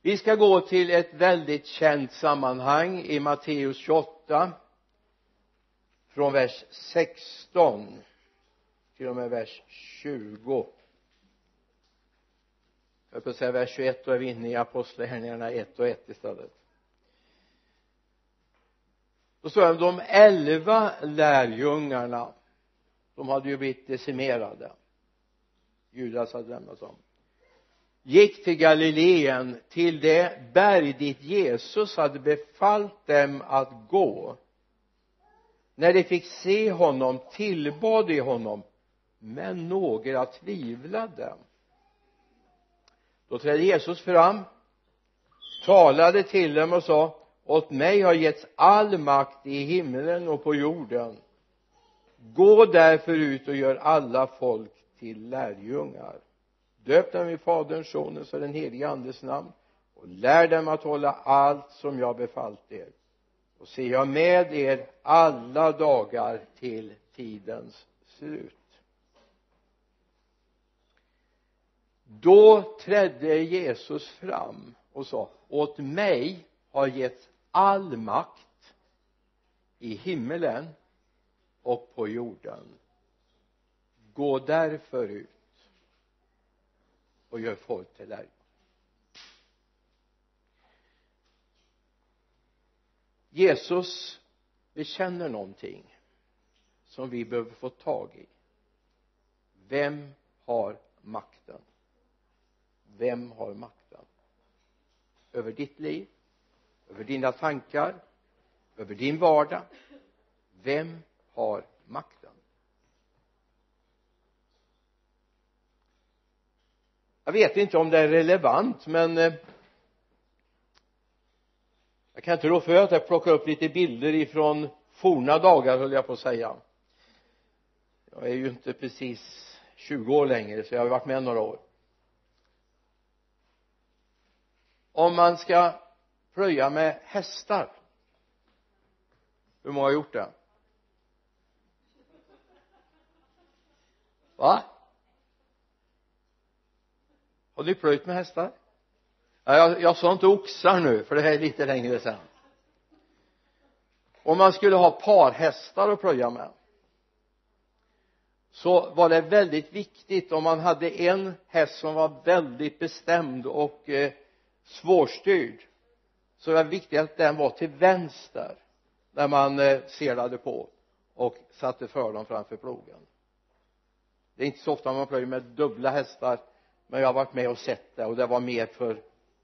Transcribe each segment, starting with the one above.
Vi ska gå till ett väldigt känt sammanhang i Matteus 28 från vers 16 till och med vers 20. Jag får säga vers 21, då är vi inne i Apostlagärningarna 1 och 1 istället. Då står det att de 11 lärjungarna, de hade ju blivit decimerade. Judas hade lämnat dem. Gick till Galileen, till det berg dit Jesus hade befallt dem att gå. När de fick se honom tillbad de honom, men några tvivlade. Då trädde Jesus fram, talade till dem och sa: åt mig har getts all makt i himlen och på jorden. Gå därför ut och gör alla folk till lärjungar. Döp dem i Faderns, Sonens och den helige Andes namn och lär dem att hålla allt som jag befallt er. Och se, jag med er alla dagar till tidens slut. Då trädde Jesus fram och sa: åt mig har getts all makt i himmelen och på jorden. Gå därför ut och gör folk till lärjungar. Jesus bekänner någonting som vi behöver få tag i. Vem har makten? Vem har makten? Över ditt liv, över dina tankar, över din vardag. Vem har makten? Jag vet inte om det är relevant, men jag kan inte rå för att jag plockar upp lite bilder ifrån forna dagar, höll jag på att säga. Jag är ju inte precis 20 år längre, så jag har varit med några år. Om man ska plöja med hästar, hur många har gjort det? Va? Har ni plöjt med hästar? Jag sa inte oxar nu, för det här är lite längre sedan. Om man skulle ha parhästar att plöja med, så var det väldigt viktigt, om man hade en häst som var väldigt bestämd och svårstyrd, så var det viktigt att den var till vänster när man selade på och satte för dem framför plogen. Det är inte så ofta man plöjer med dubbla hästar, men jag har varit med och sett det, och det var mer för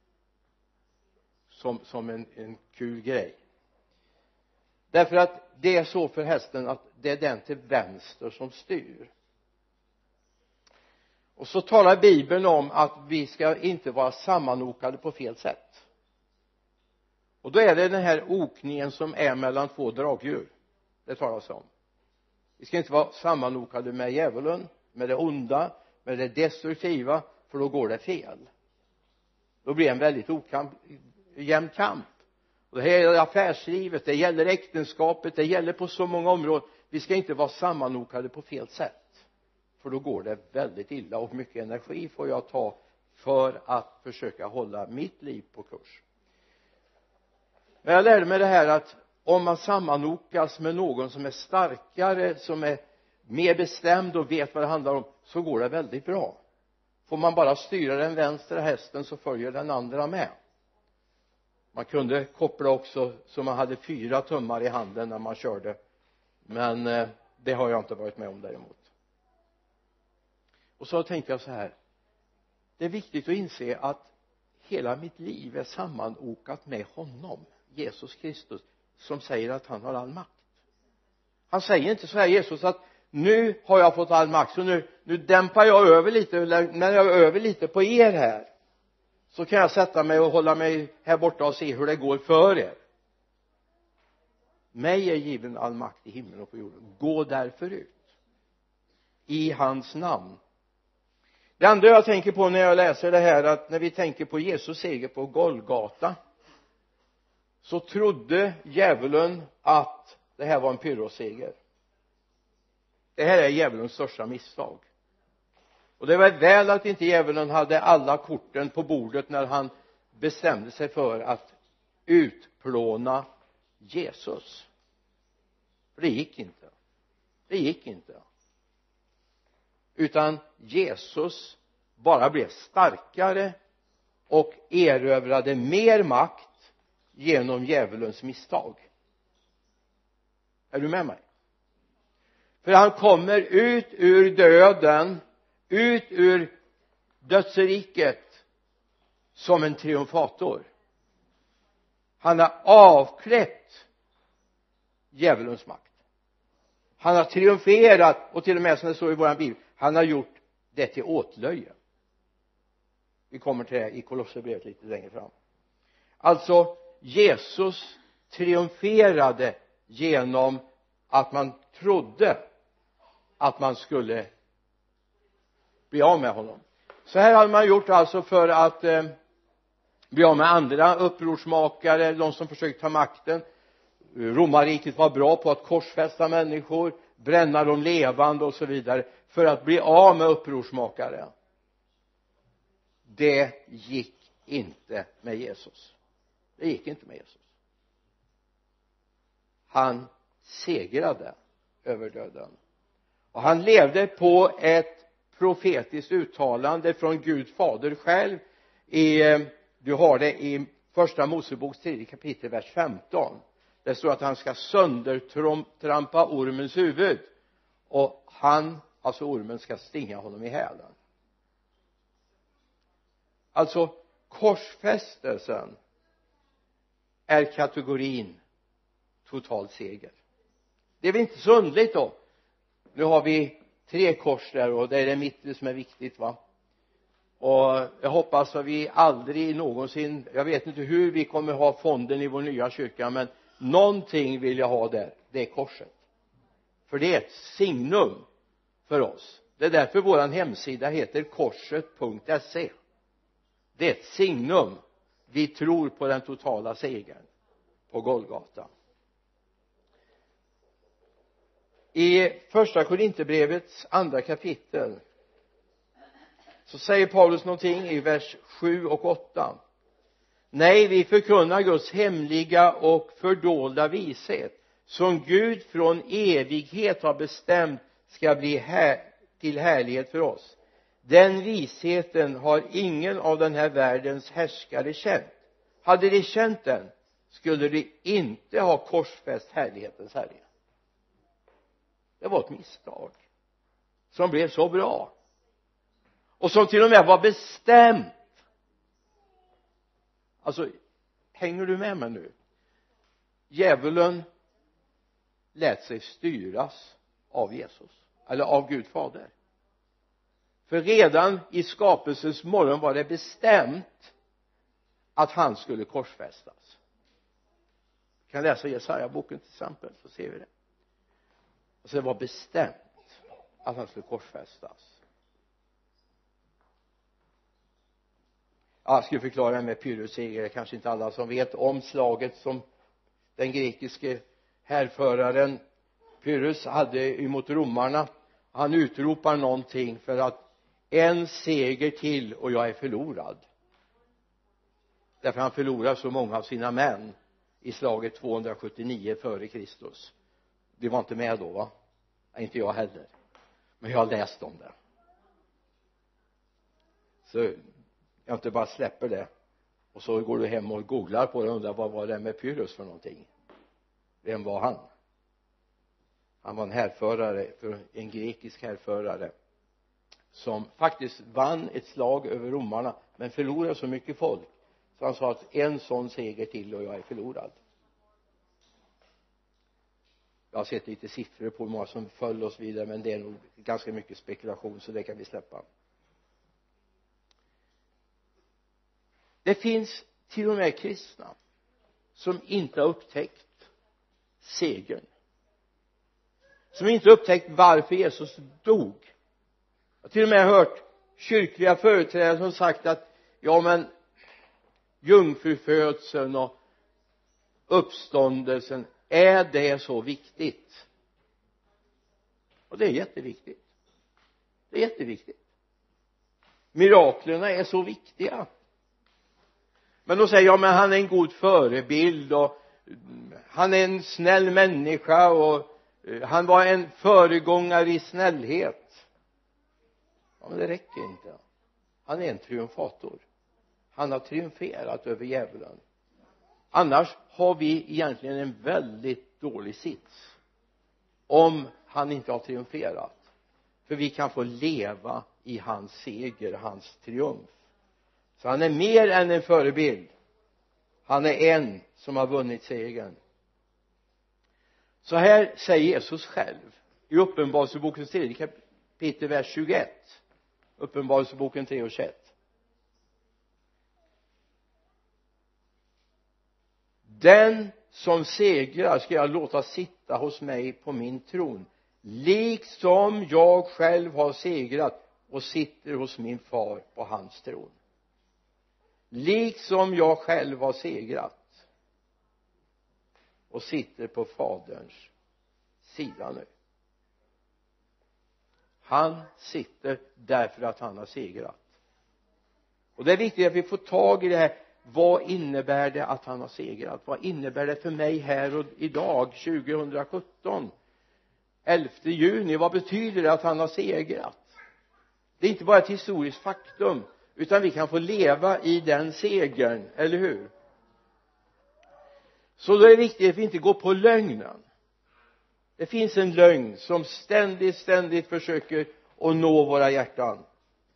som en kul grej. Därför att det är så för hästen att det är den till vänster som styr. Och så talar Bibeln om att vi ska inte vara sammanokade på fel sätt. Och då är det den här okningen som är mellan två dragdjur det talas om. Vi ska inte vara sammanokade med djävulen, med det onda, med det destruktiva, för då går det fel. Då blir det en väldigt jämn kamp. Och det här gäller affärslivet, det gäller äktenskapet, det gäller på så många områden. Vi ska inte vara sammanokade på fel sätt, för då går det väldigt illa, och mycket energi får jag ta för att försöka hålla mitt liv på kurs. Men jag lärde mig det här, att om man sammanokas med någon som är starkare, som är mer bestämd och vet vad det handlar om, så går det väldigt bra. Får man bara styra den vänstra hästen, så följer den andra med. Man kunde koppla också så man hade 4 tummar i handen när man körde, men det har jag inte varit med om däremot. Och så tänkte jag så här: det är viktigt att inse att hela mitt liv är sammanokat med honom, Jesus Kristus, som säger att han har all makt. Han säger inte så här, Jesus, att nu har jag fått all makt, så nu dämpar jag över lite, när jag är över lite på er här, så kan jag sätta mig och hålla mig här borta och se hur det går för er. Mig är given all makt i himlen och på jorden. Gå därför ut i hans namn. Det andra jag tänker på när jag läser det här, att när vi tänker på Jesus seger på Golgata, så trodde djävulen att det här var en pyrrhusseger. Det här är djävulens största misstag. Och det var väl att inte djävulen hade alla korten på bordet när han bestämde sig för att utplåna Jesus. För det gick inte utan Jesus bara blev starkare och erövrade mer makt genom djävulens misstag. Är du med mig? För han kommer ut ur döden, ut ur dödsriket som en triumfator. Han har avklätt djävulens makt. Han har triumferat, och till och med som det står i våran bibel, han har gjort det till åtlöje. Vi kommer till det i Kolosserbrevet lite längre fram. Alltså Jesus triumferade genom att man trodde att man skulle bli av med honom. Så här hade man gjort alltså för att bli av med andra upprorsmakare, de som försökte ta makten. Romarriket var bra på att korsfästa människor, bränna dem levande och så vidare, för att bli av med upprorsmakare. Det gick inte med Jesus. Han segrade över döden. Och han levde på ett profetiskt uttalande från Gud fader själv. Du har det i första Moseboks 3 kapitel vers 15. Det står att han ska söndertrampa ormens huvud. Och alltså ormen, ska stinga honom i hälen. Alltså korsfästelsen är kategorin total seger. Det är väl inte så underligt då. Nu har vi 3 kors där, och det är det mittre som är viktigt, va. Och jag hoppas att vi aldrig någonsin, jag vet inte hur vi kommer ha fonden i vår nya kyrka, men någonting vill jag ha där, det är korset. För det är ett signum för oss. Det är därför våran hemsida heter korset.se. Det är ett signum. Vi tror på den totala segern på Golgata. I första Korinthierbrevets 2 kapitel så säger Paulus någonting i vers 7 och 8. Nej, vi förkunnar Guds hemliga och fördolda vishet, som Gud från evighet har bestämt ska bli till härlighet för oss. Den visheten har ingen av den här världens härskare känt. Hade de känt den, skulle de inte ha korsfäst härlighetens Herre. Det var ett misstag som blev så bra, och som till och med var bestämt. Alltså, hänger du med mig nu? Djävulen lät sig styras av Jesus, eller av Gud fader. För redan i skapelsens morgon var det bestämt att han skulle korsfästas. Vi kan läsa Jesaja-boken till exempel, så ser vi det. Alltså det var bestämt att han skulle korsfästas. Jag skulle förklara det med Pyrrhus seger. Det kanske inte alla som vet om slaget som den grekiske härföraren Pyrrhus hade emot romarna. Han utropar någonting för att en seger till och jag är förlorad. Därför han förlorar så många av sina män i slaget 279 före Kristus. Det var inte med då, va? Inte jag heller. Men jag har läst om det. Så jag inte bara släpper det. Och så går du hem och googlar på det och undrar vad var det med Pyrrhus för någonting. Vem var han? Han var en härförare, en grekisk härförare, som faktiskt vann ett slag över romarna, men förlorade så mycket folk så han sa att en sån seger till och jag är förlorad. Jag har sett lite siffror på hur många som föll och så vidare, men det är nog ganska mycket spekulation, så det kan vi släppa. Det finns till och med kristna som inte har upptäckt segern, som inte har upptäckt varför Jesus dog. Jag har till och med hört kyrkliga företrädare som sagt att ja, men jungfrufödseln och uppståndelsen, är det så viktigt? Och det är jätteviktigt. Det är jätteviktigt. Miraklerna är så viktiga. Men då säger jag, men han är en god förebild och han är en snäll människa och han var en föregångare i snällhet. Ja, men det räcker inte. Han är en triumfator. Han har triumferat över djävulen. Annars har vi egentligen en väldigt dålig sits om han inte har triumferat. För vi kan få leva i hans seger, hans triumf. Så han är mer än en förebild. Han är en som har vunnit segern. Så här säger Jesus själv i Uppenbarelsebokens 3 kapitel vers 21. Uppenbarelseboken 3 och 21. Den som segrar ska jag låta sitta hos mig på min tron, liksom jag själv har segrat och sitter hos min far på hans tron. Liksom jag själv har segrat och sitter på faderns sida nu. Han sitter därför att han har segrat. Och det är viktigt att vi får tag i det här. Vad innebär det att han har segrat? Vad innebär det för mig här och idag 2017 11 juni? Vad betyder det att han har segrat? Det är inte bara ett historiskt faktum, utan vi kan få leva i den segern, eller hur? Så då är det viktigt att vi inte går på lögnen. Det finns en lögn som ständigt försöker att nå våra hjärtan.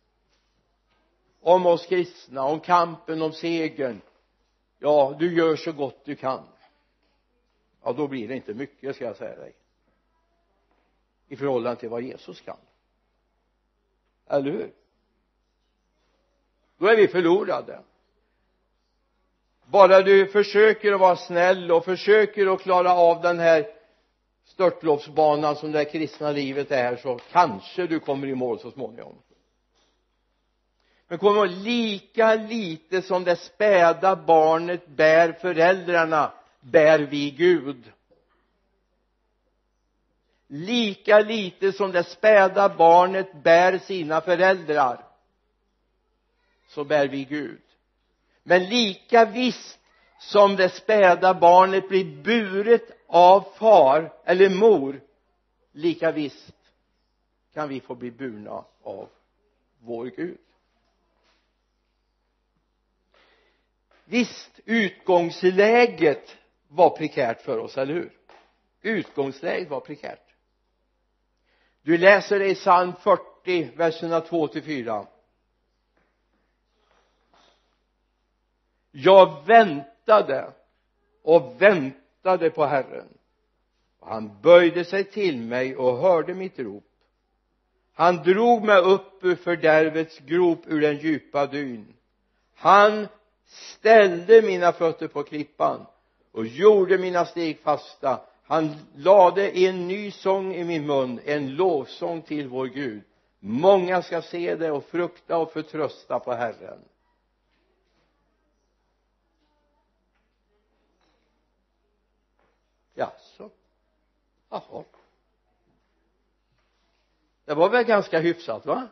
Om oss kristna, om kampen, om segern. Ja, du gör så gott du kan. Ja, då blir det inte mycket, ska jag säga dig, i förhållande till vad Jesus kan. Eller hur? Då är vi förlorade. Bara du försöker att vara snäll och försöker att klara av den här störtloppsbanan som det kristna livet är, så kanske du kommer i mål så småningom. Men kom ihåg, lika lite som det späda barnet bär föräldrarna, bär vi Gud. Lika lite som det späda barnet bär sina föräldrar, så bär vi Gud. Men lika visst som det späda barnet blir buret av far eller mor, lika visst kan vi få bli burna av vår Gud. Visst, utgångsläget var prekärt för oss, eller hur? Utgångsläget var prekärt. Du läser i psalm 40, verserna 2-4. Jag väntade och väntade på Herren. Han böjde sig till mig och hörde mitt rop. Han drog mig upp ur fördärvets grop, ur den djupa dyn. Han ställde mina fötter på klippan och gjorde mina steg fasta. Han lade en ny sång i min mun, en lovsång till vår Gud. Många ska se det och frukta och förtrösta på Herren. Jaså? Jaha. Det var väl ganska hyfsat, va?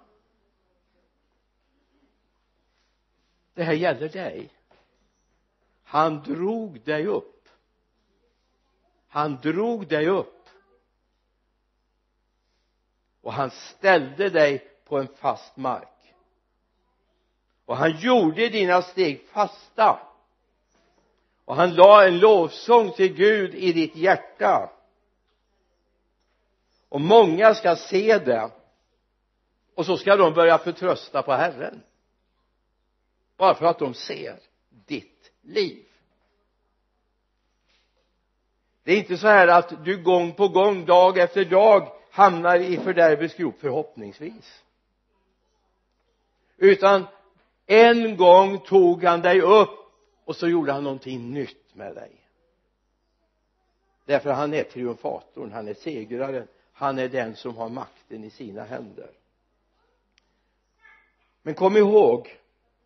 Det här gäller dig. Han drog dig upp. Han drog dig upp. Och han ställde dig på en fast mark. Och han gjorde dina steg fasta. Och han la en lovsång till Gud i ditt hjärta. Och många ska se det. Och så ska de börja förtrösta på Herren. Bara för att de ser ditt liv. Det är inte så här att du gång på gång, dag efter dag hamnar i fördärvets grop, förhoppningsvis. Utan en gång tog han dig upp och så gjorde han någonting nytt med dig. Därför han är triumfatorn, han är segraren. Han är den som har makten i sina händer. Men kom ihåg,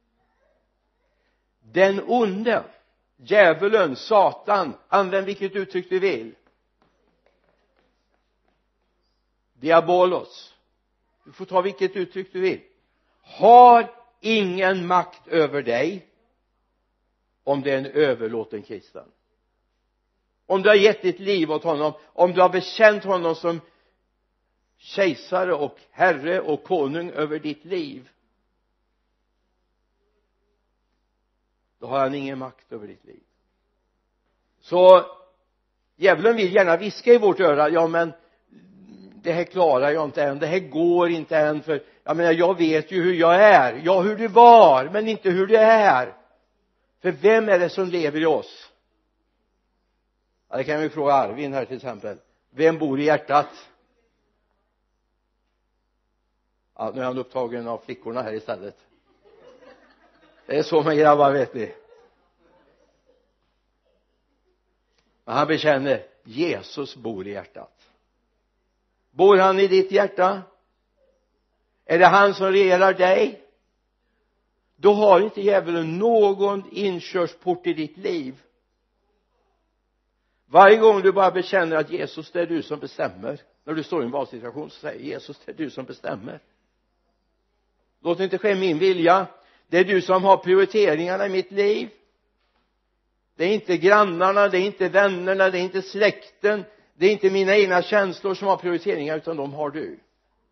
den onde, djävulen, Satan, använd vilket uttryck du vill. Diabolos, du får ta vilket uttryck du vill. Har ingen makt över dig. om det är en överlåten kristen. Om du har gett ditt liv åt honom, om du har bekänt honom som kejsare och herre och konung över ditt liv, då har han ingen makt över ditt liv. Så djävulen vill gärna viska i vårt öra, ja men det här klarar jag inte än, det här går inte än, för jag menar, jag vet ju hur jag är, ja hur du var, men inte hur det är. För vem är det som lever i oss? Ja, det kan vi fråga Arvin här till exempel. Vem bor i hjärtat? Ja, nu är han upptagen av flickorna här istället. Det är så med grabbar, vet ni. Men han bekänner, Jesus bor i hjärtat. Bor han i ditt hjärta? Är det han som regerar dig? Då har inte djävulen någon inkörsport i ditt liv. Varje gång du bara bekänner att Jesus, det är du som bestämmer. När du står i en valsituation så säger Jesus, det är du som bestämmer. Låt inte ske min vilja. Det är du som har prioriteringarna i mitt liv. Det är inte grannarna, det är inte vännerna, det är inte släkten. Det är inte mina egna känslor som har prioriteringar, utan de har du.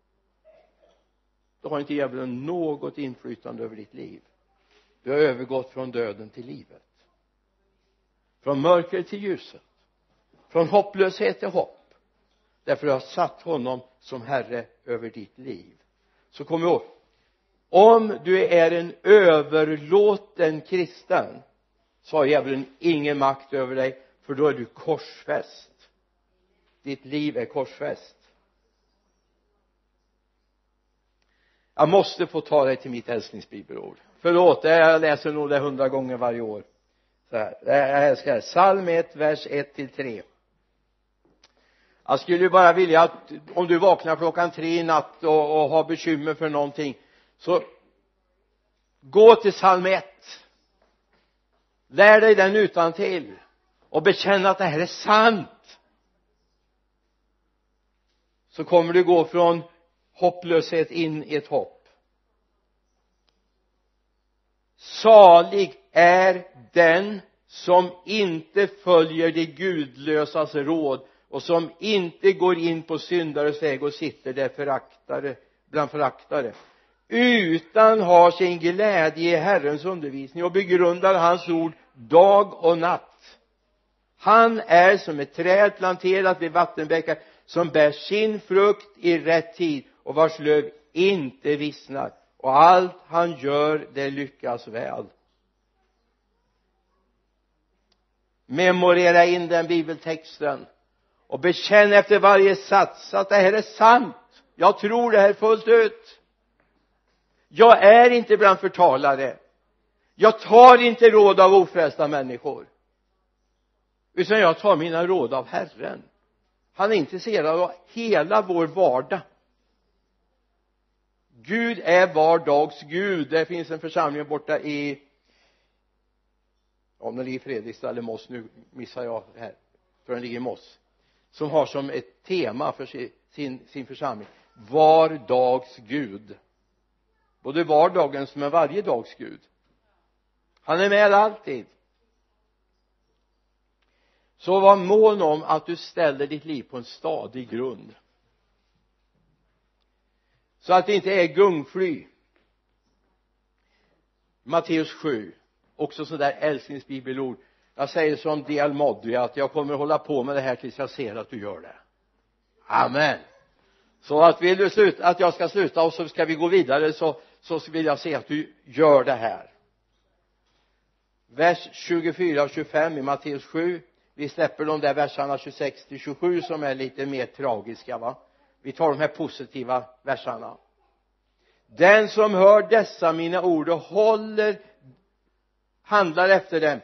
Då har inte djävulen något inflytande över ditt liv. Du har övergått från döden till livet. Från mörker till ljuset. Från hopplöshet till hopp. Därför du har satt honom som herre över ditt liv. Så kom ihåg. Om du är en överlåten kristen, så har djävulen ingen makt över dig. För då är du korsfäst. Ditt liv är korsfäst. Jag måste få ta dig till mitt älsklingsbibelord. Förlåt, jag läser nog det 100 gånger varje år. Så här, jag älskar det. Psalm 1, vers 1-3. Jag skulle ju bara vilja att om du vaknar klockan 3 i natt och har bekymmer för någonting, så gå till psalm 1. Lär dig den utantill och bekänn att det här är sant. Så kommer du gå från hopplöshet in i ett hopp. Salig är den som inte följer de gudlösas råd och som inte går in på syndares väg och sitter där bland föraktare, utan har sin glädje i Herrens undervisning och begrundar hans ord dag och natt. Han är som ett träd planterat vid vattenbäckar, som bär sin frukt i rätt tid och vars löv inte vissnar, och allt han gör det lyckas väl. Memorera in den bibeltexten och bekänn efter varje sats att det här är sant. Jag tror det här fullt ut. Jag är inte bland förtalare. Jag tar inte råd av ofrälsta människor, utan jag tar mina råd av Herren. Han är intresserad av hela vår vardag. Gud är vardags Gud. Det finns en församling borta i, om den ligger i Fredrikstad eller Moss, nu missar jag här, för den ligger i Moss, som har som ett tema för sin församling vardags Gud. Både vardagens men varje dags Gud. Han är med alltid. Så var mån om att du ställer ditt liv på en stadig grund, så att det inte är gungfly. Matteus 7, också så där älsklingsbibelord. Jag säger som D.L. Moody, att jag kommer hålla på med det här tills jag ser att du gör det. Amen. Så att vill du att jag ska sluta och så ska vi gå vidare, så vill jag se att du gör det här. Vers 24 och 25 i Matteus 7. Vi släpper de där verserna 26-27 som är lite mer tragiska, va? Vi tar de här positiva verserna. Den som hör dessa mina ord och handlar efter dem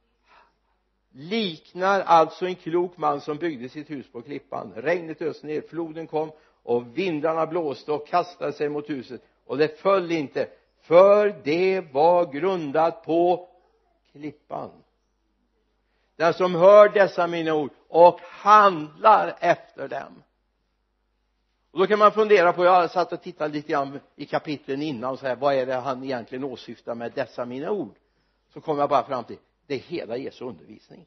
liknar alltså en klok man som byggde sitt hus på klippan. Regnet öste ner, floden kom och vindarna blåste och kastade sig mot huset, och det föll inte, för det var grundat på klippan. Den som hör dessa mina ord och handlar efter dem. Och då kan man fundera på, jag satt och tittade lite grann i kapitlen innan och så här, vad är det han egentligen åsyftar med dessa mina ord? Så kommer jag bara fram till, det är hela Jesu undervisning.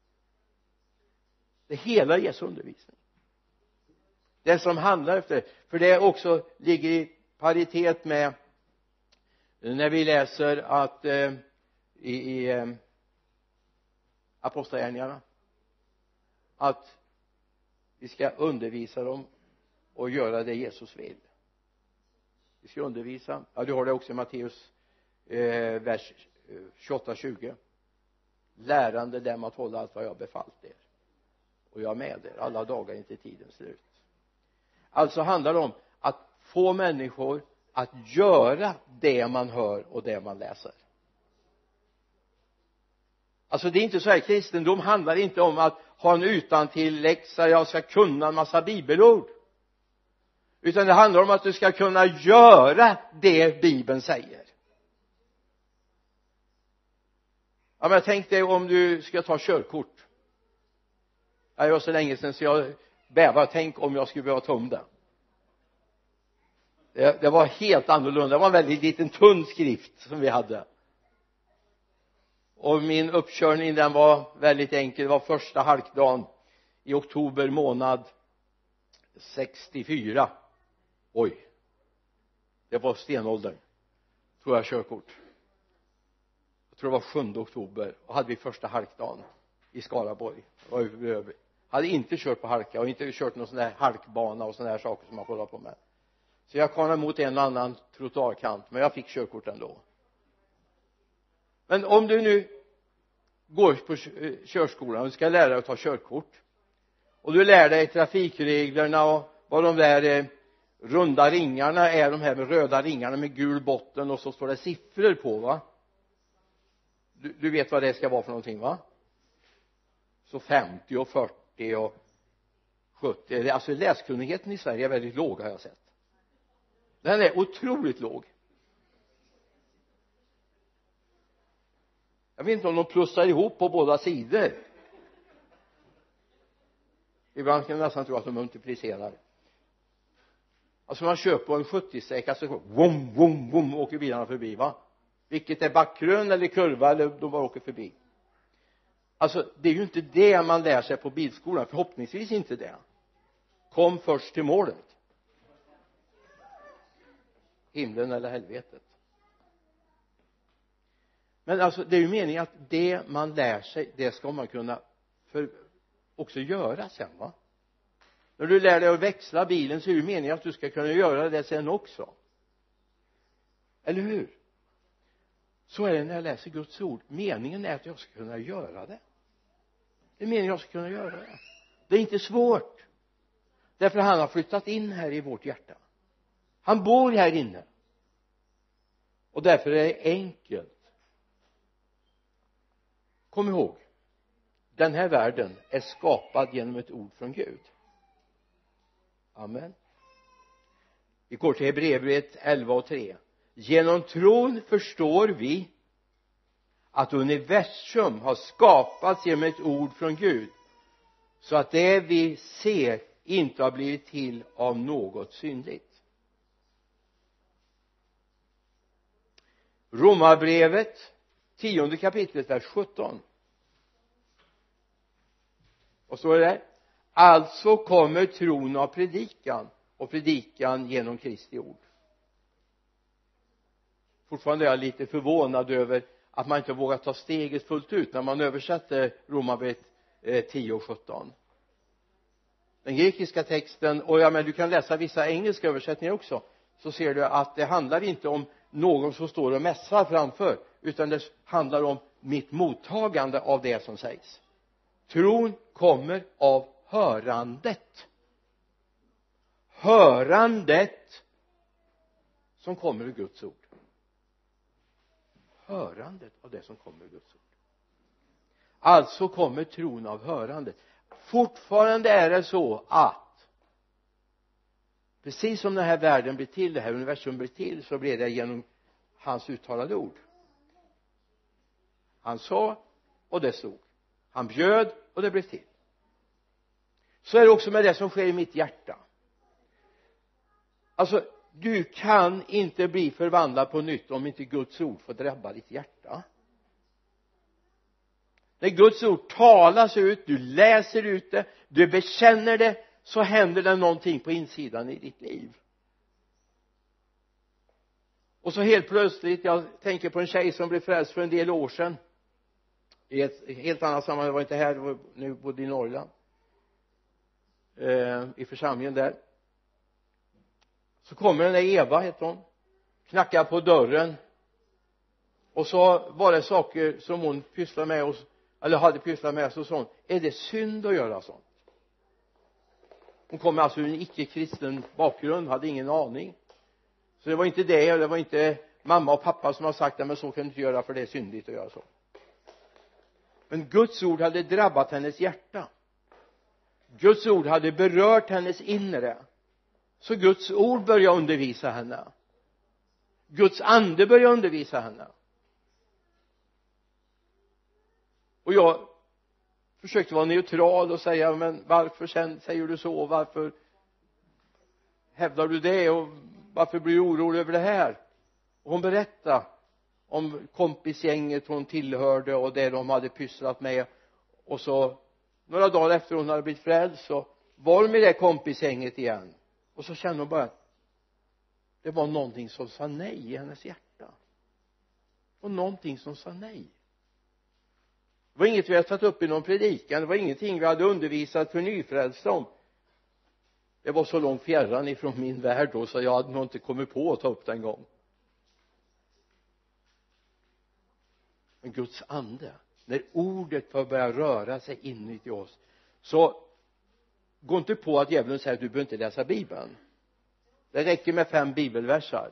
Det är hela Jesu undervisning. Det som handlar efter, för det också ligger i paritet med när vi läser att i apostlagärningarna att vi ska undervisa dem och göra det Jesus vill. Vi ska undervisa, ja du har det också i Matteus vers 28-20, lärande dem att hålla allt vad jag befallt er, och jag är med er alla dagar inte tidens slut. Alltså handlar det om att få människor att göra det man hör och det man läser. Alltså det är inte så här, kristendom handlar inte om att ha en utantilläxa, jag ska kunna en massa bibelord, utan det handlar om att du ska kunna göra det Bibeln säger. Ja, men jag tänkte om du ska ta körkort. Det var så länge sedan så jag bävar, tänk om jag skulle behöva ta om det var helt annorlunda. Det var en väldigt liten tunn skrift som vi hade, och min uppkörning den var väldigt enkel. Det var första halkdagen i oktober månad 64. Oj, det var stenåldern, tror jag, körkort. Jag tror det var 7 oktober, och hade vi första halkdagen i Skaraborg. Hade inte kört på halka och inte kört någon sån där halkbana och såna här saker som man får hålla på med. Så jag kom emot en och annan trottoarkant, men jag fick körkort ändå. Men om du nu går på körskolan och ska lära dig att ta körkort, och du lär dig trafikreglerna och vad de där runda ringarna är, de här med röda ringarna med gul botten, och så står det siffror på, va? Du vet vad det ska vara för någonting, va? Så 50 och 40 och 70. Alltså läskunnigheten i Sverige är väldigt låg, har jag sett. Den är otroligt låg. Jag vet inte om de plussar ihop på båda sidor. Ibland kan jag nästan tro att de multiplicerar. Alltså man kör på en 70-sträcka så vom, vom, vom, åker bilarna förbi, va? Vilket är backgrund eller kurva, eller de bara åker förbi. Alltså det är ju inte det man lär sig på bilskolan, förhoppningsvis inte det. Kom först till målet. Himlen eller helvetet. Men alltså det är ju meningen att det man lär sig, det ska man kunna också göra sen, va? När du lär dig att växla bilen så är det meningen att du ska kunna göra det sen också. Eller hur? Så är det när jag läser Guds ord. Meningen är att jag ska kunna göra det. Det är meningen att jag ska kunna göra det. Det är inte svårt. Därför han har flyttat in här i vårt hjärta. Han bor här inne. Och därför är det enkelt. Kom ihåg. Den här världen är skapad genom ett ord från Gud. Amen. Vi går till Hebreerbrevet 11:3. Genom tron förstår vi att universum har skapats genom ett ord från Gud, så att det vi ser inte har blivit till av något syndigt. Romarbrevet 10 kapitlet vers 17. Och så är det: alltså kommer tron av predikan, och predikan genom Kristi ord. Fortfarande är jag lite förvånad över att man inte vågar ta steget fullt ut när man översätter Romarbrevet 10:17. Den grekiska texten, och ja, men du kan läsa vissa engelska översättningar också, så ser du att det handlar inte om någon som står och mässar framför, utan det handlar om mitt mottagande av det som sägs. Tron kommer av hörandet. Hörandet som kommer ur Guds ord. Hörandet av det som kommer ur Guds ord. Alltså kommer tron av hörandet. Fortfarande är det så att precis som den här världen blir till, det här universum blir till, så blir det genom hans uttalade ord. Han sa och det stod. Han bjöd och det blev till. Så är det också med det som sker i mitt hjärta. Alltså du kan inte bli förvandlad på nytt om inte Guds ord får drabba ditt hjärta. När Guds ord talas ut, du läser ut det, du bekänner det, så händer det någonting på insidan i ditt liv. Och så helt plötsligt, jag tänker på en tjej som blev frälst för en del år sedan. I ett helt annat sammanhang, det var inte här, det var nu bodde i Norrland. I församlingen där. Så kommer den där Eva, heter hon. Knackar på dörren. Och så var det saker som hon pysslade med oss, eller hade pysslat med, så sa hon, är det synd att göra sånt? Hon kom alltså ur en icke-kristen bakgrund, hade ingen aning. Så det var inte det var inte mamma och pappa som har sagt det, men så kan du inte göra för det är syndigt att göra så. Men Guds ord hade drabbat hennes hjärta. Guds ord hade berört hennes inre. Så Guds ord började undervisa henne. Guds ande började undervisa henne. Och jag försökte vara neutral och säga, men varför säger du så? Varför hävdar du det? Och varför blir du orolig över det här? Och hon berättade om kompisgänget hon tillhörde och det de hade pysslat med. Och så några dagar efter hon hade blivit frälst så var de med det kompisgänget igen. Och så kände hon bara, det var någonting som sa nej i hennes hjärta. Och någonting som sa nej. Det var inget vi hade tagit upp i någon predikan. Det var ingenting vi hade undervisat för nyfrälsta om. Det var så långt fjärran ifrån min värld då, så jag hade nog inte kommit på att ta upp den gång. Men Guds ande, när ordet får börja röra sig inuti oss, så gå inte på att djävulen säger att du behöver inte läsa Bibeln. Det räcker med 5 bibelversar.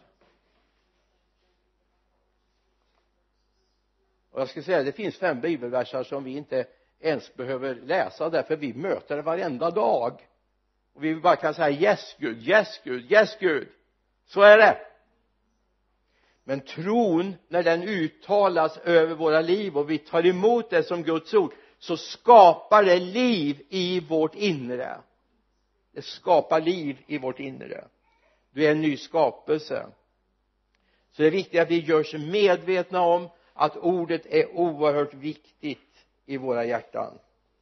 Och jag ska säga, det finns 5 bibelversar som vi inte ens behöver läsa, därför vi möter det varenda dag. Och vi bara kan säga yes Gud, yes Gud, yes Gud. Så är det. Men tron, när den uttalas över våra liv och vi tar emot det som Guds ord, så skapar det liv i vårt inre. Det skapar liv i vårt inre. Du är en ny skapelse. Så det är viktigt att vi görs medvetna om att ordet är oerhört viktigt i våra hjärtan.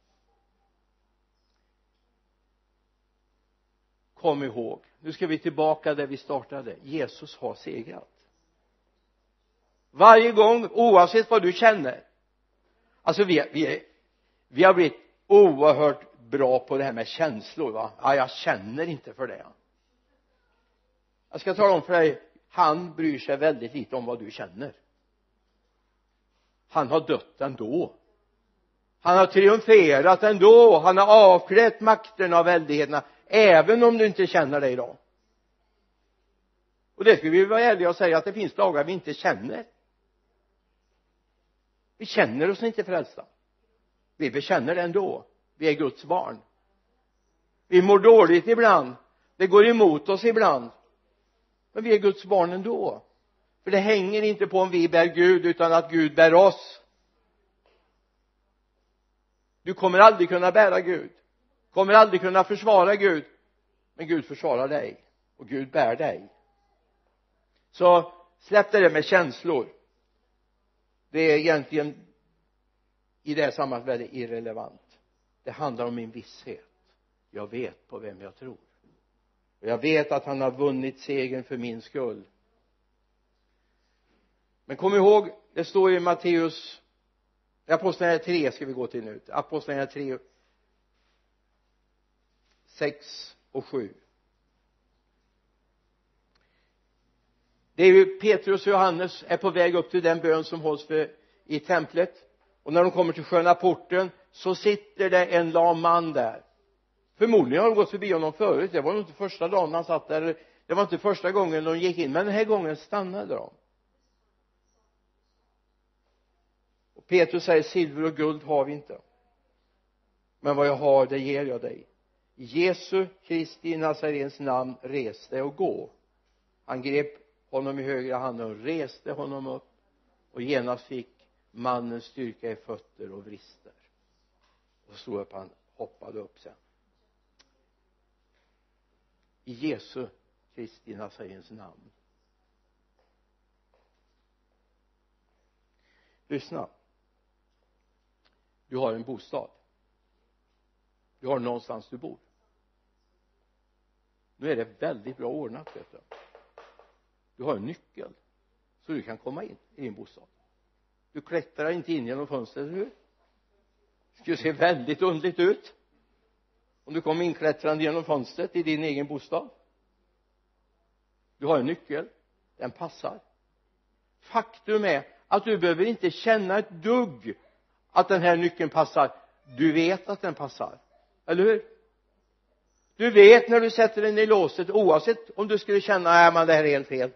Kom ihåg, nu ska vi tillbaka där vi startade. Jesus har segrat. Varje gång, oavsett vad du känner. Alltså vi har blivit oerhört bra på det här med känslor, va? Ja, jag känner inte för det. Jag ska tala om för dig, han bryr sig väldigt lite om vad du känner. Han har dött ändå. Han har triumferat ändå. Han har avklätt makterna och väldigheterna, även om du inte känner det idag. Och det ska vi vara ärliga och säga, att det finns dagar vi inte känner. Vi känner oss inte frälsta. Vi bekänner det ändå. Vi är Guds barn. Vi mår dåligt ibland. Det går emot oss ibland. Men vi är Guds barn ändå. För det hänger inte på om vi bär Gud, utan att Gud bär oss. Du kommer aldrig kunna bära Gud. Kommer aldrig kunna försvara Gud. Men Gud försvarar dig. Och Gud bär dig. Så släpp det med känslor. Det är egentligen i det här sammanhanget väldigt irrelevant. Det handlar om min visshet. Jag vet på vem jag tror. Och jag vet att han har vunnit segern för min skull. Men kom ihåg, det står i Matteus, Apostlagärningarna 3 ska vi gå till nu. Apostlagärningarna 3, 6 och 7. Det är ju Petrus och Johannes är på väg upp till den bön som hålls i templet. Och när de kommer till sköna porten så sitter det en lam man där. Förmodligen har de gått förbi honom förut. Det var nog inte första dagen han satt där. Det var inte första gången de gick in. Men den här gången stannade de. Och Petrus säger, silver och guld har vi inte. Men vad jag har, det ger jag dig. I Jesu Kristi Nazarens namn, res dig och gå. Han grep honom i högra handen och reste honom upp. Och genast fick mannen styrka i fötter och vrister. Och stod upp, han hoppade upp sen. I Jesu Kristi Nazarens namn. Lyssna. du har en bostad, du har någonstans du bor. Nu är det väldigt bra ordnat, vet du. Du har en nyckel så du kan komma in i din bostad. Du klättrar inte in genom fönstret, eller hur? Det skulle se väldigt underligt ut om du kom inklättrande genom fönstret i din egen bostad. Du har en nyckel, den passar. Faktum är att du behöver inte känna ett dugg att den här nyckeln passar. Du vet att den passar, eller hur? Du vet när du sätter den i låset, oavsett om du skulle känna att det här är helt fel,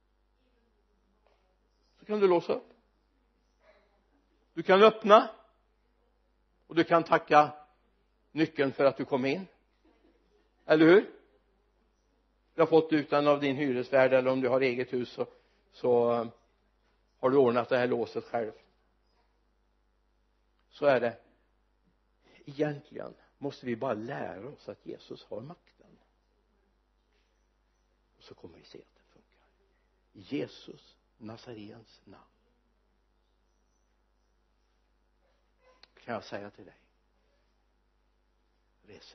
så kan du låsa upp. Du kan öppna och du kan tacka nyckeln för att du kom in, eller hur? Du har fått ut den av din hyresvärd, eller om du har eget hus så har du ordnat det här låset själv. Så är det. Egentligen måste vi bara lära oss att Jesus har makten, och så kommer vi se att det funkar. Jesus Nazarens namn kan jag säga till dig: res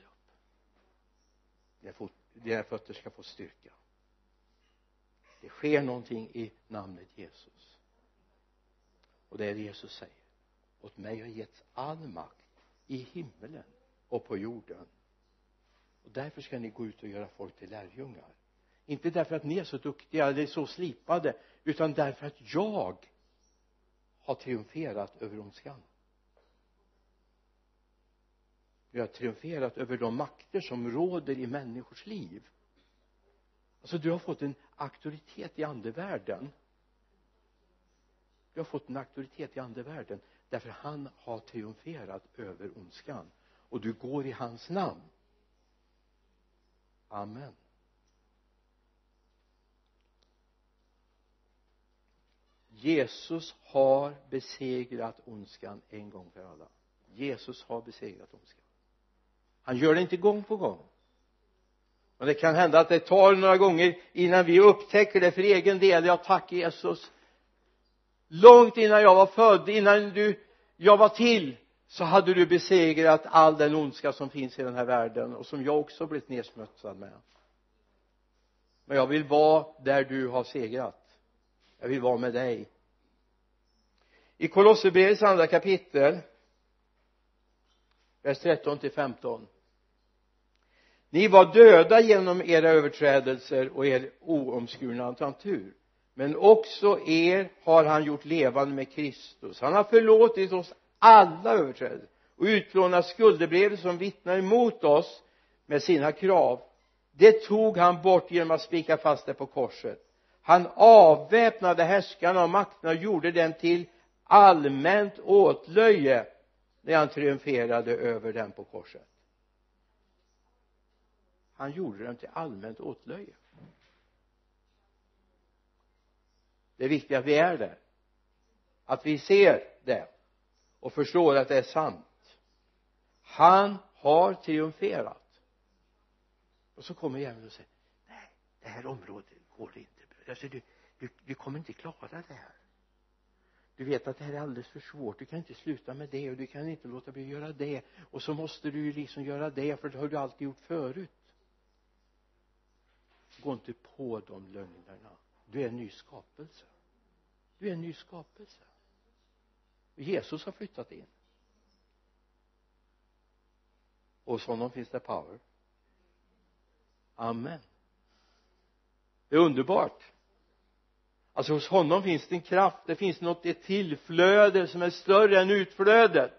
upp. Dina fötter ska få styrka. Det sker någonting i namnet Jesus. Och det är det Jesus säger: åt mig har getts all makt i himmelen och på jorden. Och därför ska ni gå ut och göra folk till lärjungar. Inte därför att ni är så duktiga eller så slipade, utan därför att jag har triumferat över ondskan. Jag har triumferat över de makter som råder i människors liv. Alltså du har fått en auktoritet i andevärlden. Du har fått en auktoritet i andevärlden därför han har triumferat över ondskan. Och du går i hans namn. Amen. Jesus har besegrat ondskan en gång för alla. Jesus har besegrat ondskan. Han gör det inte gång på gång. Men det kan hända att det tar några gånger innan vi upptäcker det för egen del. Jag tackar Jesus. Långt innan jag var född, innan jag var till, så hade du besegrat all den ondska som finns i den här världen och som jag också blivit nedsmutsad med. Men jag vill vara där du har segrat. Jag vill vara med dig. I Kolosserbrevets andra kapitel, vers 13-15. Ni var döda genom era överträdelser och er oomskurna natur. Men också er har han gjort levande med Kristus. Han har förlåtit oss alla överträdelser och utplånat skuldebrevet som vittnar emot oss med sina krav. Det tog han bort genom att spika fast det på korset. Han avväpnade härskarna och makterna och gjorde dem till allmänt åtlöje när han triumferade över dem på korset. Han gjorde dem till allmänt åtlöje. Det är viktigt att vi är där. Att vi ser det och förstår att det är sant. Han har triumferat. Och så kommer djävulen och säger: nej, det här området går det inte. Alltså du kommer inte klara det här. Du vet att det här är alldeles för svårt. Du kan inte sluta med det och du kan inte låta bli göra det. Och så måste du liksom göra det, för det har du alltid gjort förut. Gå inte på de lögnerna. Du är en ny skapelse. Du är en ny skapelse. Jesus har flyttat in. Och hos honom finns det power. Amen. Det är underbart. Alltså hos honom finns det en kraft. Det finns ett tillflöde som är större än utflödet.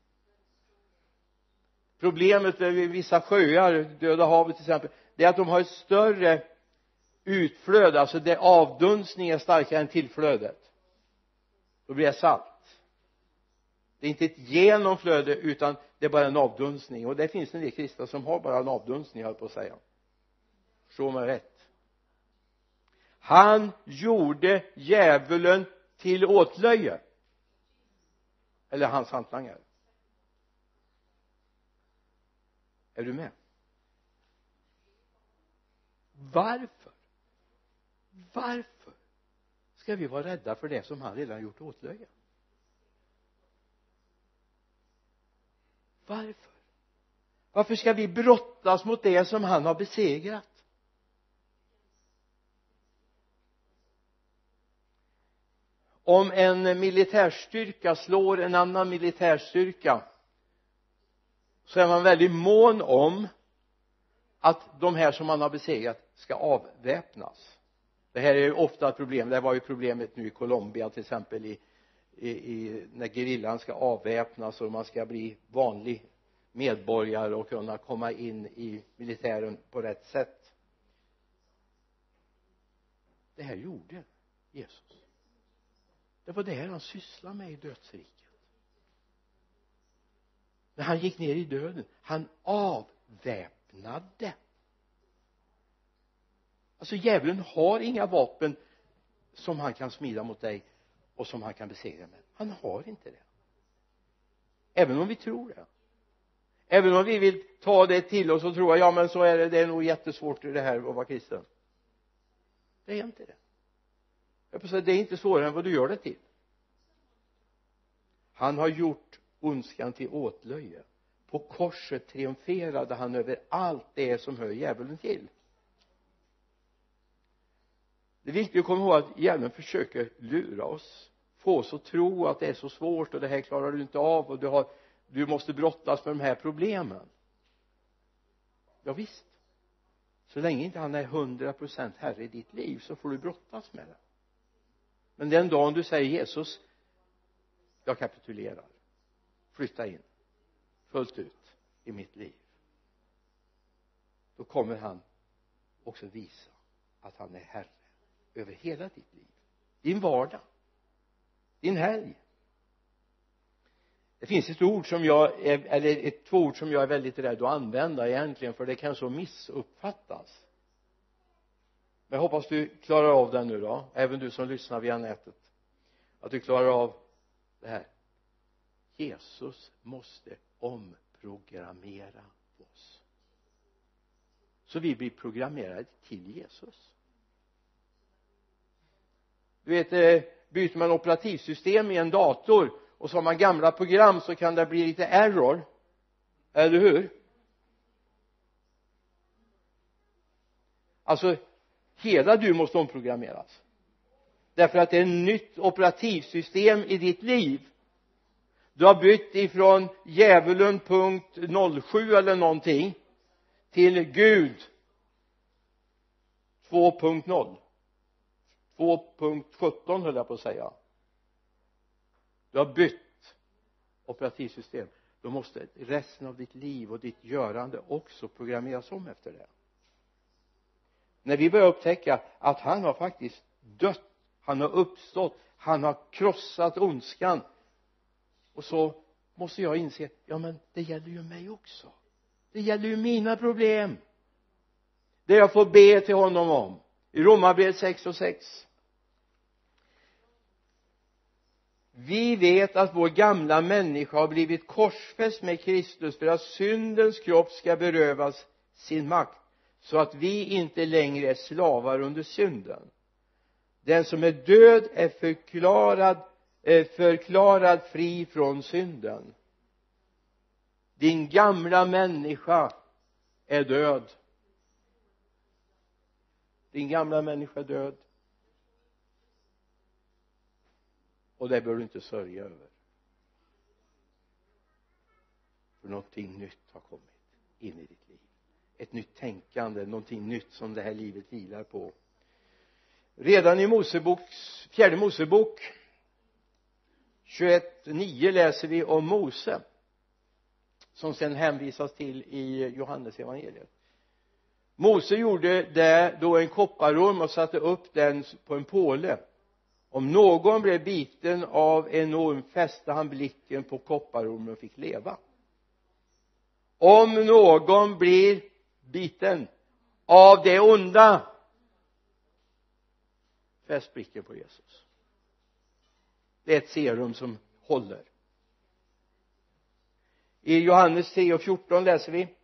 Problemet med vissa sjöar, Döda havet till exempel, det är att de har ett större utflöde. Alltså det avdunstningen är starkare än tillflödet. Då blir det salt. Det är inte ett genomflöde, utan det är bara en avdunstning. Och det finns en del kristna som har bara en avdunstning, höll på att säga. Så med rätt. Han gjorde djävulen till åtlöje. Eller hans hantlangare. Är du med? Varför ska vi vara rädda för det som han redan gjort åtlöje? Varför ska vi brottas mot det som han har besegrat? Om en militärstyrka slår en annan militärstyrka, så är man väldigt mån om att de här som man har besegrat ska avväpnas. Det här är ju ofta ett problem. Det var ju problemet nu i Colombia till exempel, när gerillan ska avväpnas och man ska bli vanlig medborgare och kunna komma in i militären på rätt sätt. Det här gjorde Jesus. Det var det här han sysslade med i dödsriket. När han gick ner i döden, han avväpnade. Alltså djävulen har inga vapen som han kan smida mot dig och som han kan besegra med. Han har inte det. Även om vi tror det. Även om vi vill ta det till oss och tro, ja men så är det är nog jättesvårt i det här att vara kristen. Det är inte det. Jag får säga, det är inte svårare än vad du gör det till. Han har gjort ondskan till åtlöje. På korset triumferade han över allt det som hör djävulen till. Det är viktigt att komma ihåg att djävulen försöker lura oss, få oss att tro att det är så svårt och det här klarar du inte av och du måste brottas med de här problemen. Ja visst, så länge inte han är 100% herre i ditt liv så får du brottas med det. Men den dagen du säger Jesus, jag kapitulerar, flytta in fullt ut i mitt liv, då kommer han också visa att han är herre över hela ditt liv, din vardag, din helg. Det finns ett ord som två ord som jag är väldigt rädd att använda egentligen, för det kan så missuppfattas. Men jag hoppas du klarar av det nu då, även du som lyssnar via nätet, att du klarar av det här. Jesus måste omprogrammera oss så vi blir programmerade till Jesus. Du vet, byter man operativsystem i en dator och så har man gamla program, så kan det bli lite error, eller hur? Alltså hela du måste omprogrammeras, därför att det är ett nytt operativsystem i ditt liv. Du har bytt ifrån djävulen .07 eller någonting till Gud 2.0, 2.17 höll jag på att säga. Du har bytt operativsystem. Då måste resten av ditt liv och ditt görande också programmeras om efter det. När vi börjar upptäcka att han har faktiskt dött, han har uppstått, han har krossat ondskan, och så måste jag inse, ja men det gäller ju mig också. Det gäller ju mina problem. Det jag får be till honom om. I Romarbrevet 6:6. Vi vet att vår gamla människa har blivit korsfäst med Kristus för att syndens kropp ska berövas sin makt, så att vi inte längre är slavar under synden. Den som är död är förklarad fri från synden. Din gamla människa är död. Din gamla människa är död. Och det bör du inte sörja över. För någonting nytt har kommit in i ditt liv. Ett nytt tänkande, någonting nytt som det här livet vilar på. Redan i fjärde Mosebok 21:9 läser vi om Mose, som sen hänvisas till i Johannes evangeliet. Mose gjorde det då en kopparorm och satte upp den på en påle. Om någon blev biten av en orm fäste han blicken på kopparormen och fick leva. Om någon blir biten av det onda, fäst blicken på Jesus. Det är ett serum som håller. I Johannes 3:14 läser vi: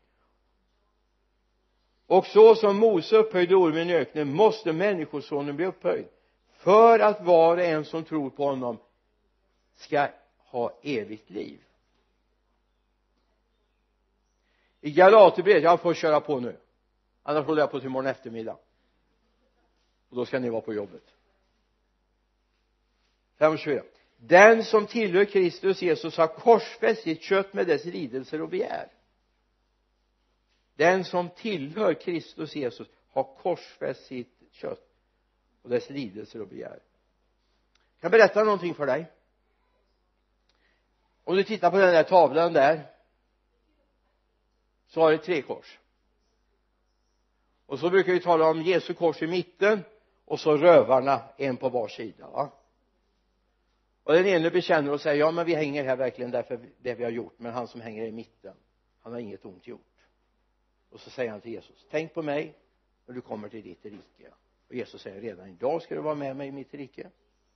och så som Mose upphöjde ormen i öknen måste människosonen bli upphöjd, för att var och en som tror på honom ska ha evigt liv. i Galaterbrevet, jag får köra på nu annars håller jag på till imorgon eftermiddag och då ska ni vara på jobbet. 5:24. Den som tillhör Kristus Jesus har korsfäst sitt kött med dess lidelser och begär. Den som tillhör Kristus Jesus har korsfäst sitt kött och dess lidelser och begär. Jag kan berätta någonting för dig. Om du tittar på den där tavlan där så har det 3 kors. Och så brukar vi tala om Jesu kors i mitten och så rövarna en på var sida, va? Och den ene bekänner och säger, ja men vi hänger här verkligen därför det vi har gjort, men han som hänger i mitten, han har inget ont gjort. Och så säger han till Jesus, tänk på mig när du kommer till ditt rike. Och Jesus säger, redan idag ska du vara med mig i mitt rike.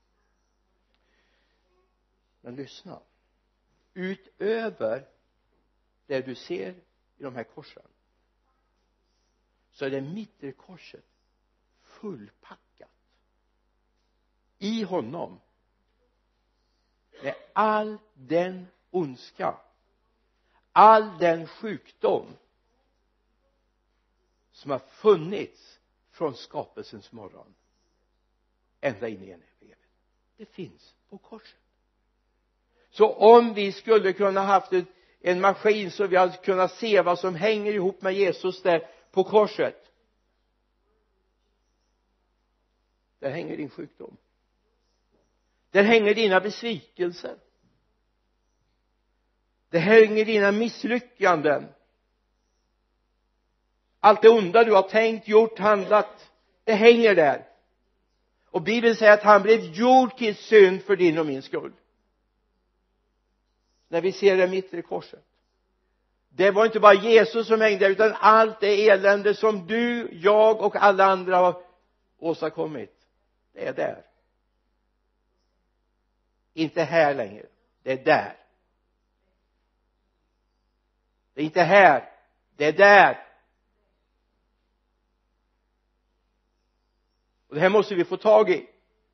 Men lyssna, utöver det du ser i de här korsen så är det mittre korset fullpackat i honom med all den ondska, all den sjukdom som har funnits från skapelsens morgon ända in i en evighet. Det finns på korset. Så om vi skulle kunna haft en maskin så vi hade kunnat se vad som hänger ihop med Jesus där på korset, där hänger din sjukdom, där hänger dina besvikelser, det hänger dina misslyckanden, allt det onda du har tänkt, gjort, handlat, det hänger där. Och Bibeln säger att han blev gjord till synd för din och min skull. När vi ser det mittre korset, det var inte bara Jesus som hängde där, utan allt det elände som du, jag och alla andra har åstadkommit, det är där. Inte här längre, det är där. Det är inte här, det är där. Och det här måste vi få tag i.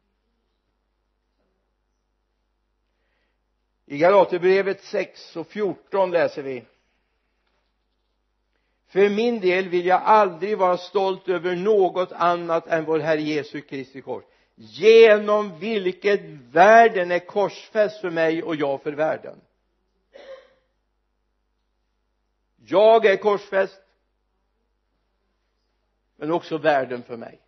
I Galaterbrevet 6:14 läser vi: för min del vill jag aldrig vara stolt över något annat än vår Herre Jesu Kristi kors, genom vilket världen är korsfäst för mig och jag för världen. Jag är korsfäst, men också världen för mig.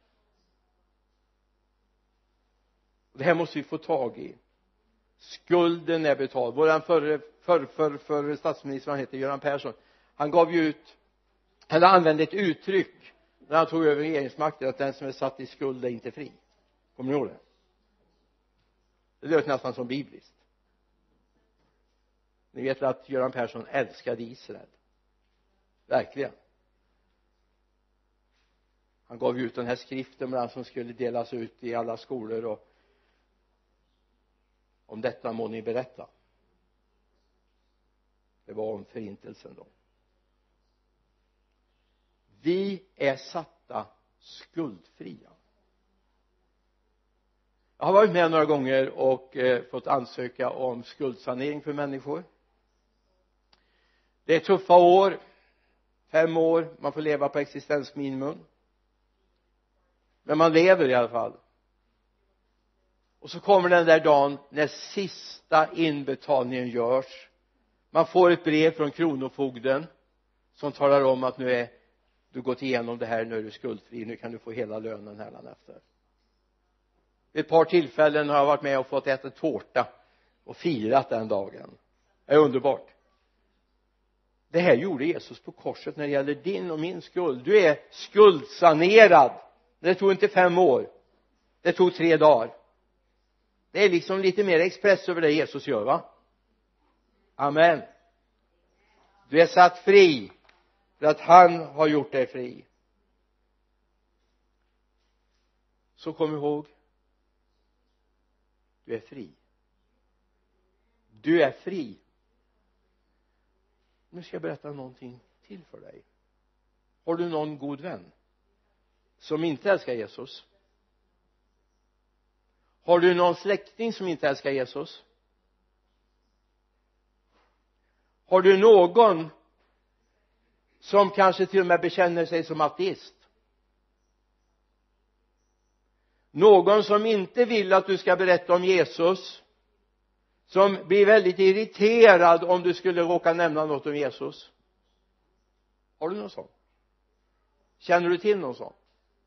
Det här måste vi få tag i. Skulden är betald. Våran förre statsminister, han heter Göran Persson, han gav ju ut, eller använde ett uttryck när han tog över regeringsmakten, att den som är satt i skuld är inte fri. Kommer ni ihåg det? Det låter nästan som bibliskt. Ni vet att Göran Persson älskade Israel. Verkligen. Han gav ut den här skriften bland som skulle delas ut i alla skolor, och om detta må ni berätta. Det var om förintelsen då. Vi är satta skuldfria. Jag har varit med några gånger och fått ansöka om skuldsanering för människor. Det är tuffa år, 5 år, man får leva på existensminimum, men man lever i alla fall. Och så kommer den där dagen när sista inbetalningen görs. Man får ett brev från kronofogden som talar om att nu är du gått igenom det här, nu är du skuldfri, nu kan du få hela lönen här efter. Vid ett par tillfällen har jag varit med och fått äta tårta och firat den dagen. Det är underbart. Det här gjorde Jesus på korset när det gäller din och min skuld. Du är skuldsanerad. Det tog inte 5 år. Det tog 3 dagar. Det är liksom lite mer express över det Jesus gör, va? Amen. Du är satt fri för att han har gjort dig fri. Så kom ihåg, du är fri. Du är fri. Nu ska jag berätta någonting till för dig. Har du någon god vän som inte älskar Jesus? Har du någon släkting som inte älskar Jesus? Har du någon som kanske till och med bekänner sig som ateist, någon som inte vill att du ska berätta om Jesus, som blir väldigt irriterad om du skulle råka nämna något om Jesus. Har du någon sån? Känner du till någon sån?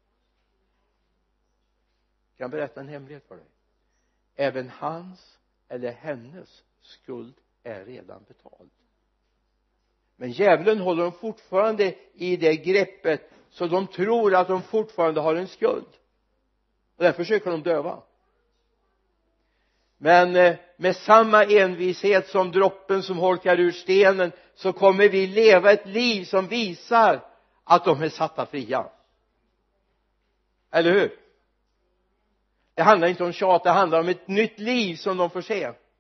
Jag kan berätta en hemlighet för dig. Även hans eller hennes skuld är redan betald. Men djävulen håller dem fortfarande i det greppet, så de tror att de fortfarande har en skuld, och därför försöker de döva. Men med samma envishet som droppen som holkar ur stenen, så kommer vi leva ett liv som visar att de är satta fria. Eller hur? Det handlar inte om tjat, det handlar om ett nytt liv som de får se.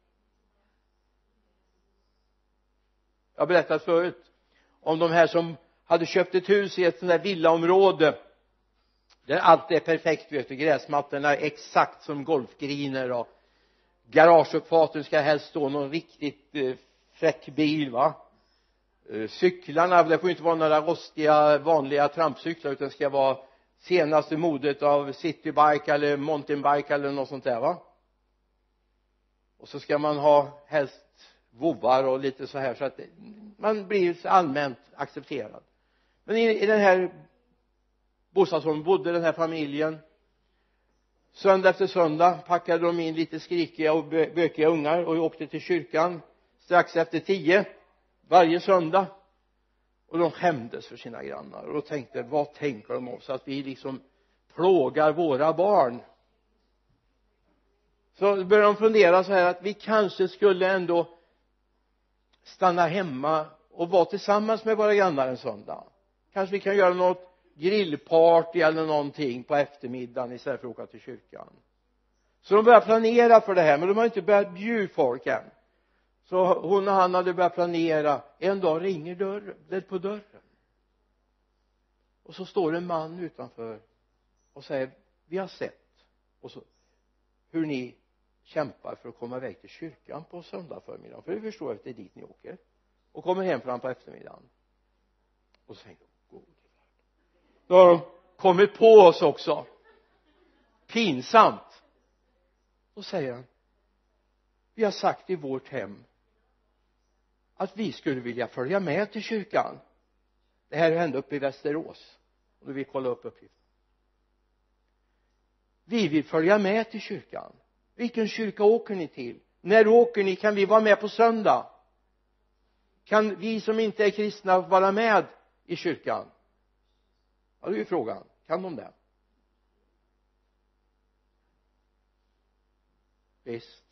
Jag har berättat förut om de här som hade köpt ett hus i ett sånt där villaområde där allt är perfekt, vet du, gräsmattorna är exakt som golfgriner, och garageuppfarten ska helst stå någon riktigt fräck bil, va. Cyklarna, det får inte vara några rostiga vanliga trampcyklar, utan det ska vara senaste modet av citybike eller mountainbike eller något sånt där, va. Och så ska man ha helst vovar och lite så här, så att man blir allmänt accepterad. Men i den här bostadsområdet bodde den här familjen. Söndag efter söndag packade de in lite skrikiga och bökiga ungar och åkte till kyrkan strax efter 10 varje söndag. Och de skämdes för sina grannar och tänkte, vad tänker de oss, att vi liksom plågar våra barn. Så började de fundera så här, att vi kanske skulle ändå stanna hemma och vara tillsammans med våra grannar en söndag. Kanske vi kan göra något grillparty eller någonting på eftermiddagen istället för att åka till kyrkan. Så de började planera för det här, men de har inte börjat bjuda folk än. Så hon och han hade börjat planera. En dag ringer det på dörren, och så står en man utanför och säger, vi har sett och så, hur ni kämpar för att komma iväg till kyrkan på söndag förmiddag, för det förstår jag att det är dit ni åker, och kommer hem fram på eftermiddagen. Och så tänker de, då har de kommit på oss också, pinsamt. Och säger han, vi har sagt i vårt hem att vi skulle vilja följa med till kyrkan. Det här hände uppe i Västerås, och vi kollar upp uppgiften. Vi vill följa med till kyrkan. Vilken kyrka åker ni till? När åker ni? Kan vi vara med på söndag? Kan vi som inte är kristna vara med i kyrkan? Ja, det är ju frågan. Kan de det? Visst.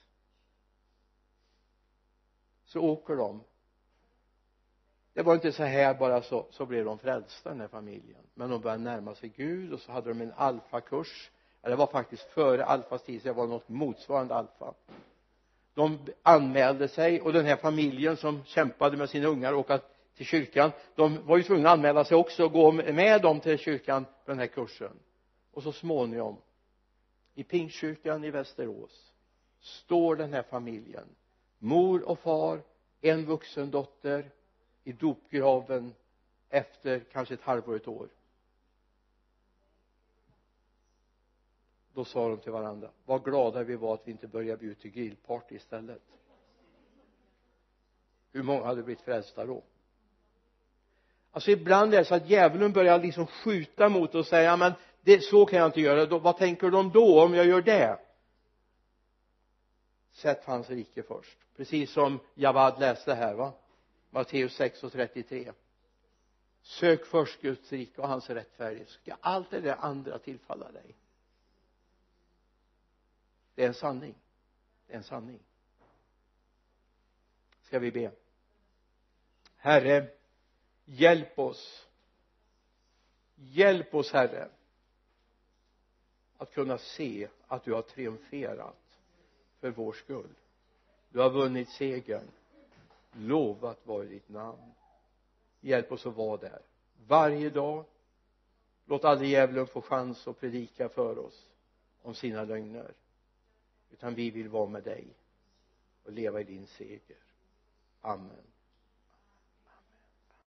Så åker de. Det var inte så här bara så blev de frälsta, den här familjen. Men de började närma sig Gud, och så hade de en alfakurs. Det var faktiskt före alfas tid, så det var något motsvarande alfa. De anmälde sig, och den här familjen som kämpade med sina ungar och åka till kyrkan, de var ju tvungna att anmäla sig också och gå med dem till kyrkan på den här kursen. Och så småningom i Pingstkyrkan i Västerås står den här familjen, mor och far, en vuxen dotter, i dopgraven efter kanske ett halvår, ett år. Då sa de till varandra, vad glada vi var att vi inte började bjuda till grillparty istället. Hur många hade blivit frälsta då? Alltså ibland är det så att djävulen börjar liksom skjuta mot och säga, men så kan jag inte göra. Då, vad tänker de då om jag gör det? Sätt hans rike först. Precis som Javad läste här, va? Matteus 6:33. Sök först Guds rike och hans rättfärdighet, ska allt det där andra tillfalla dig. Det är en sanning. Det är en sanning. Ska vi be? Herre, hjälp oss. Hjälp oss, Herre, att kunna se att du har triumferat för vår skull. Du har vunnit segern. Lovat vare ditt namn. Hjälp oss att vara där varje dag. Låt aldrig djävulen få chans att predika för oss om sina lögner, utan vi vill vara med dig och leva i din seger. Amen.